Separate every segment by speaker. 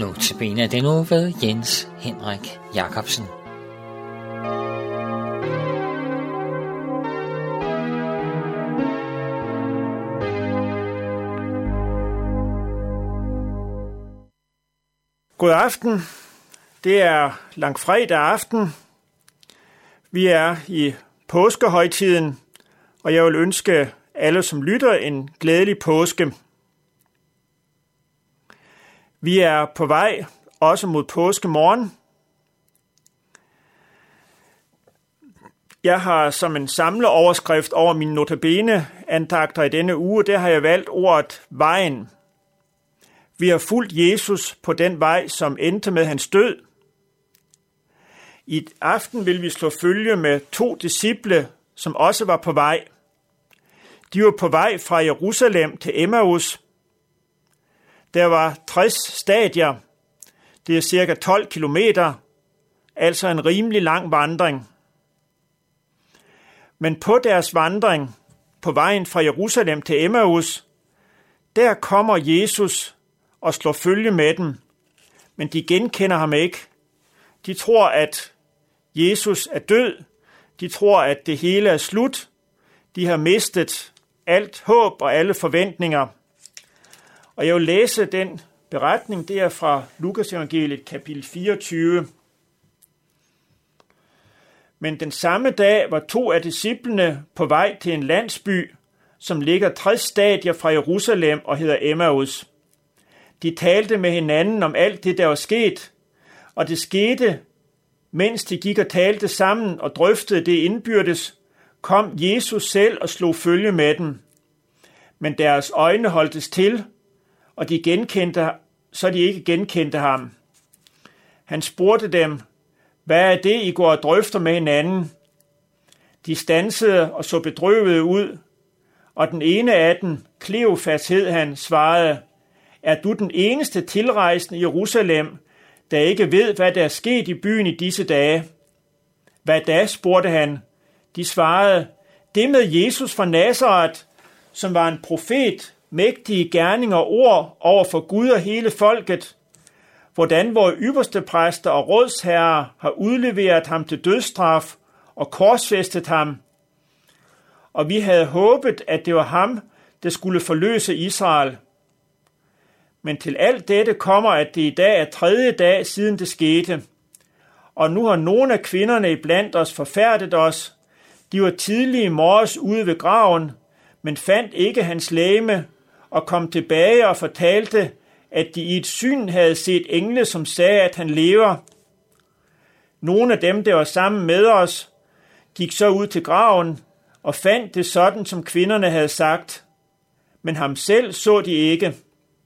Speaker 1: Notabene den nu ved Jens Henrik Jacobsen.
Speaker 2: God aften. Det er langfredag aften. Vi er i påskehøjtiden, og jeg vil ønske alle, som lytter, en glædelig påske. Vi er på vej også mod påskemorgen. Jeg har som en samleoverskrift over mine notabene-andagter i denne uge, der har jeg valgt ordet vejen. Vi har fulgt Jesus på den vej, som endte med hans død. I aften vil vi slå følge med 2 disciple, som også var på vej. De var på vej fra Jerusalem til Emmaus. Der var 60 stadier. Det er cirka 12 kilometer, altså en rimelig lang vandring. Men på deres vandring, på vejen fra Jerusalem til Emmaus, der kommer Jesus og slår følge med dem, men de genkender ham ikke. De tror, at Jesus er død. De tror, at det hele er slut. De har mistet alt håb og alle forventninger. Og jeg vil læse den beretning, det er fra Lukas evangeliet, kapitel 24. Men den samme dag var 2 af disciplene på vej til en landsby, som ligger 60 stadier fra Jerusalem og hedder Emmaus. De talte med hinanden om alt det, der var sket, og det skete, mens de gik og talte sammen og drøftede det indbyrdes, kom Jesus selv og slog følge med dem. Men deres øjne holdtes til, og de ikke genkendte ham. Han spurgte dem, hvad er det, I går og drøfter med hinanden? De stansede og så bedrøvede ud, og den ene af dem, Kleofas hed han, svarede, er du den eneste tilrejsende i Jerusalem, der ikke ved, hvad der er sket i byen i disse dage? Hvad da, spurgte han. De svarede, det med Jesus fra Nazaret, som var en profet, mægtige gerninger og ord over for Gud og hele folket, hvordan vores ypperste præster og rådsherrer har udleveret ham til dødsstraf og korsfæstet ham. Og vi havde håbet, at det var ham, der skulle forløse Israel. Men til alt dette kommer, at det i dag er 3. dag siden det skete. Og nu har nogle af kvinderne iblandt os forfærdet os. De var tidlige morges ude ved graven, men fandt ikke hans legeme, og kom tilbage og fortalte, at de i et syn havde set engle, som sagde, at han lever. Nogle af dem, der var sammen med os, gik så ud til graven og fandt det sådan, som kvinderne havde sagt. Men ham selv så de ikke.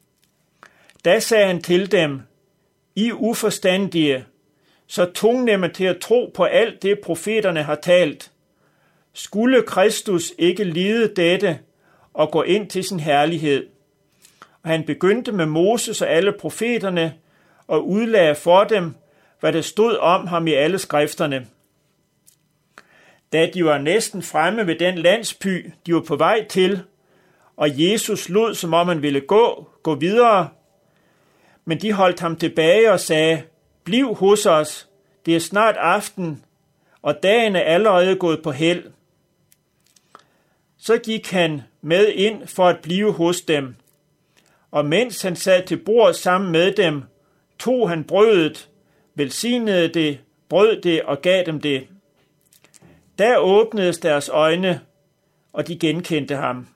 Speaker 2: Da sagde han til dem, I uforstandige, så tungnemme til at tro på alt det, profeterne har talt. Skulle Kristus ikke lide dette og gå ind til sin herlighed? Og han begyndte med Moses og alle profeterne og udlagde for dem, hvad der stod om ham i alle skrifterne. Da de var næsten fremme ved den landsby, de var på vej til, og Jesus lod, som om han ville gå videre, men de holdt ham tilbage og sagde, bliv hos os, det er snart aften, og dagen er allerede gået på held. Så gik han med ind for at blive hos dem, og mens han sad til bord sammen med dem, tog han brødet, velsignede det, brød det og gav dem det. Der åbnedes deres øjne, og de genkendte ham.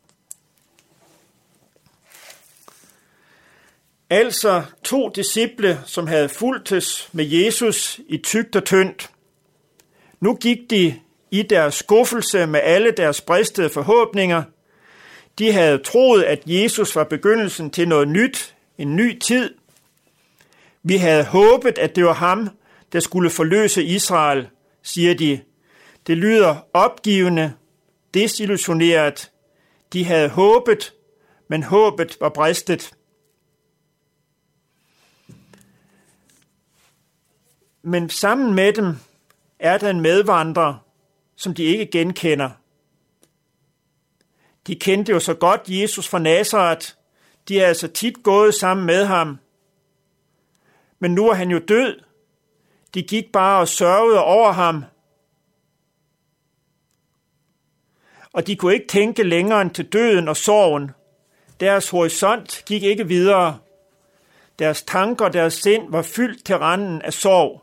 Speaker 2: Altså 2 disciple, som havde fulgtes med Jesus i tykt og tyndt. Nu gik de i deres skuffelse med alle deres bristede forhåbninger. De havde troet, at Jesus var begyndelsen til noget nyt, en ny tid. Vi havde håbet, at det var ham, der skulle forløse Israel, siger de. Det lyder opgivende, desillusioneret. De havde håbet, men håbet var bristet. Men sammen med dem er der en medvandrer, som de ikke genkender. De kendte jo så godt Jesus fra Nazaret. De er altså tit gået sammen med ham. Men nu er han jo død. De gik bare og sørgede over ham. Og de kunne ikke tænke længere end til døden og sorgen. Deres horisont gik ikke videre. Deres tanker og deres sind var fyldt til randen af sorg.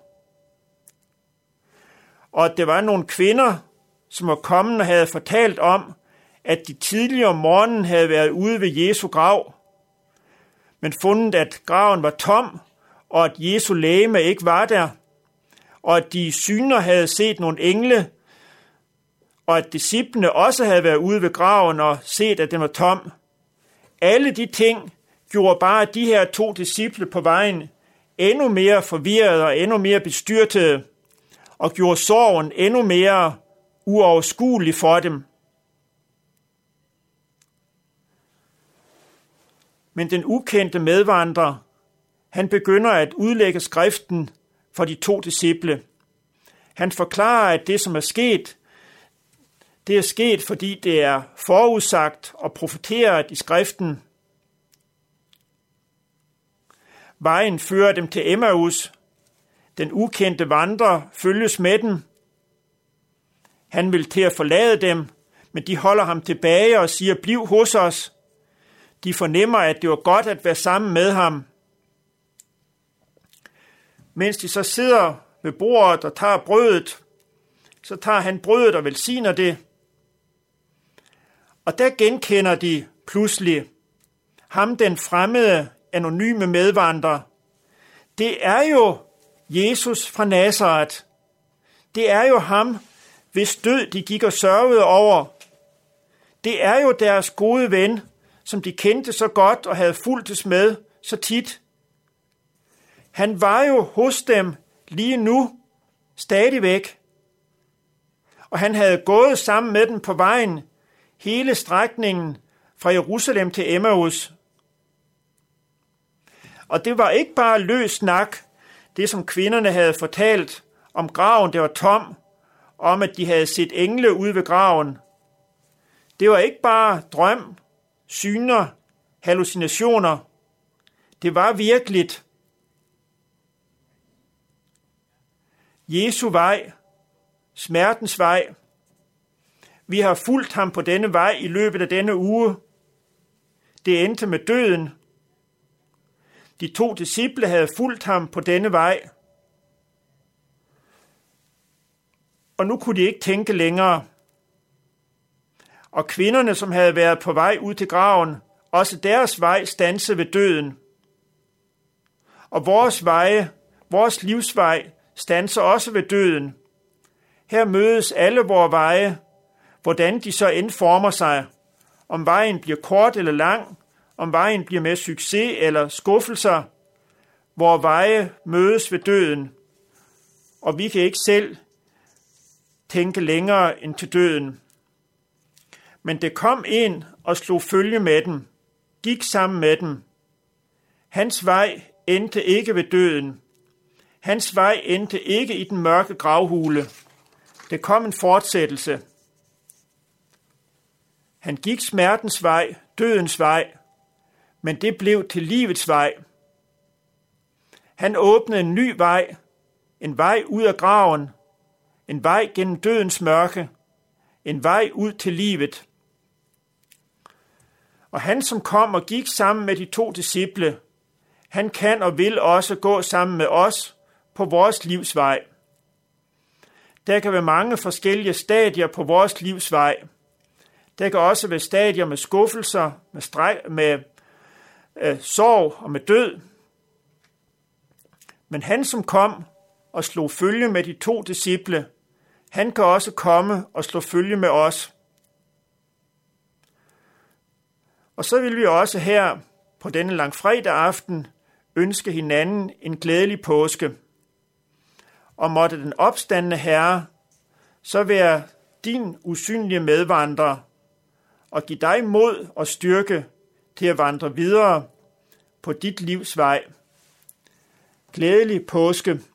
Speaker 2: Og det var nogle kvinder, som var kommet og havde fortalt om, at de tidligere om morgenen havde været ude ved Jesu grav, men fundet, at graven var tom, og at Jesu legeme ikke var der, og at de i syner havde set nogle engle, og at disciplene også havde været ude ved graven og set, at den var tom. Alle de ting gjorde bare de her 2 disciple på vejen endnu mere forvirrede og endnu mere bestyrtede, og gjorde sorgen endnu mere uoverskuelig for dem. Men den ukendte medvandrer, han begynder at udlægge skriften for de 2 disciple. Han forklarer, at det, som er sket, det er sket, fordi det er forudsagt og profeteret i skriften. Vejen fører dem til Emmaus. Den ukendte vandrer følges med dem. Han vil til at forlade dem, men de holder ham tilbage og siger, bliv hos os. De fornemmer, at det var godt at være sammen med ham. Mens de så sidder ved bordet og tager brødet, så tager han brødet og velsigner det. Og der genkender de pludselig ham, den fremmede, anonyme medvandrer. Det er jo Jesus fra Nazaret. Det er jo ham, hvis død de gik og sørgede over. Det er jo deres gode ven, som de kendte så godt og havde fulgtes med så tit. Han var jo hos dem lige nu, stadigvæk. Og han havde gået sammen med dem på vejen, hele strækningen fra Jerusalem til Emmaus. Og det var ikke bare løs snak, det som kvinderne havde fortalt om graven, det var tom, om at de havde set engle ude ved graven. Det var ikke bare drøm, syner, hallucinationer. Det var virkeligt. Jesu vej, smertens vej. Vi har fulgt ham på denne vej i løbet af denne uge. Det endte med døden. De 2 disciple havde fulgt ham på denne vej. Og nu kunne de ikke tænke længere. Og kvinderne, som havde været på vej ud til graven, også deres vej standsede ved døden. Og vores veje, vores livsvej, standser også ved døden. Her mødes alle vores veje, hvordan de så end former sig. Om vejen bliver kort eller lang, om vejen bliver med succes eller skuffelser. Vores veje mødes ved døden, og vi kan ikke selv tænke længere end til døden. Men det kom en og slog følge med dem, gik sammen med dem. Hans vej endte ikke ved døden. Hans vej endte ikke i den mørke gravhule. Det kom en fortsættelse. Han gik smertens vej, dødens vej, men det blev til livets vej. Han åbnede en ny vej, en vej ud af graven, en vej gennem dødens mørke, en vej ud til livet. Og han, som kom og gik sammen med de 2 disciple, han kan og vil også gå sammen med os på vores livsvej. Der kan være mange forskellige stadier på vores livsvej. Der kan også være stadier med skuffelser, med sorg og med død. Men han, som kom og slog følge med de 2 disciple, han kan også komme og slå følge med os. Og så vil vi også her på denne langfredag aften ønske hinanden en glædelig påske. Og måtte den opstandne Herre så være din usynlige medvandrer og give dig mod og styrke til at vandre videre på dit livs vej. Glædelig påske.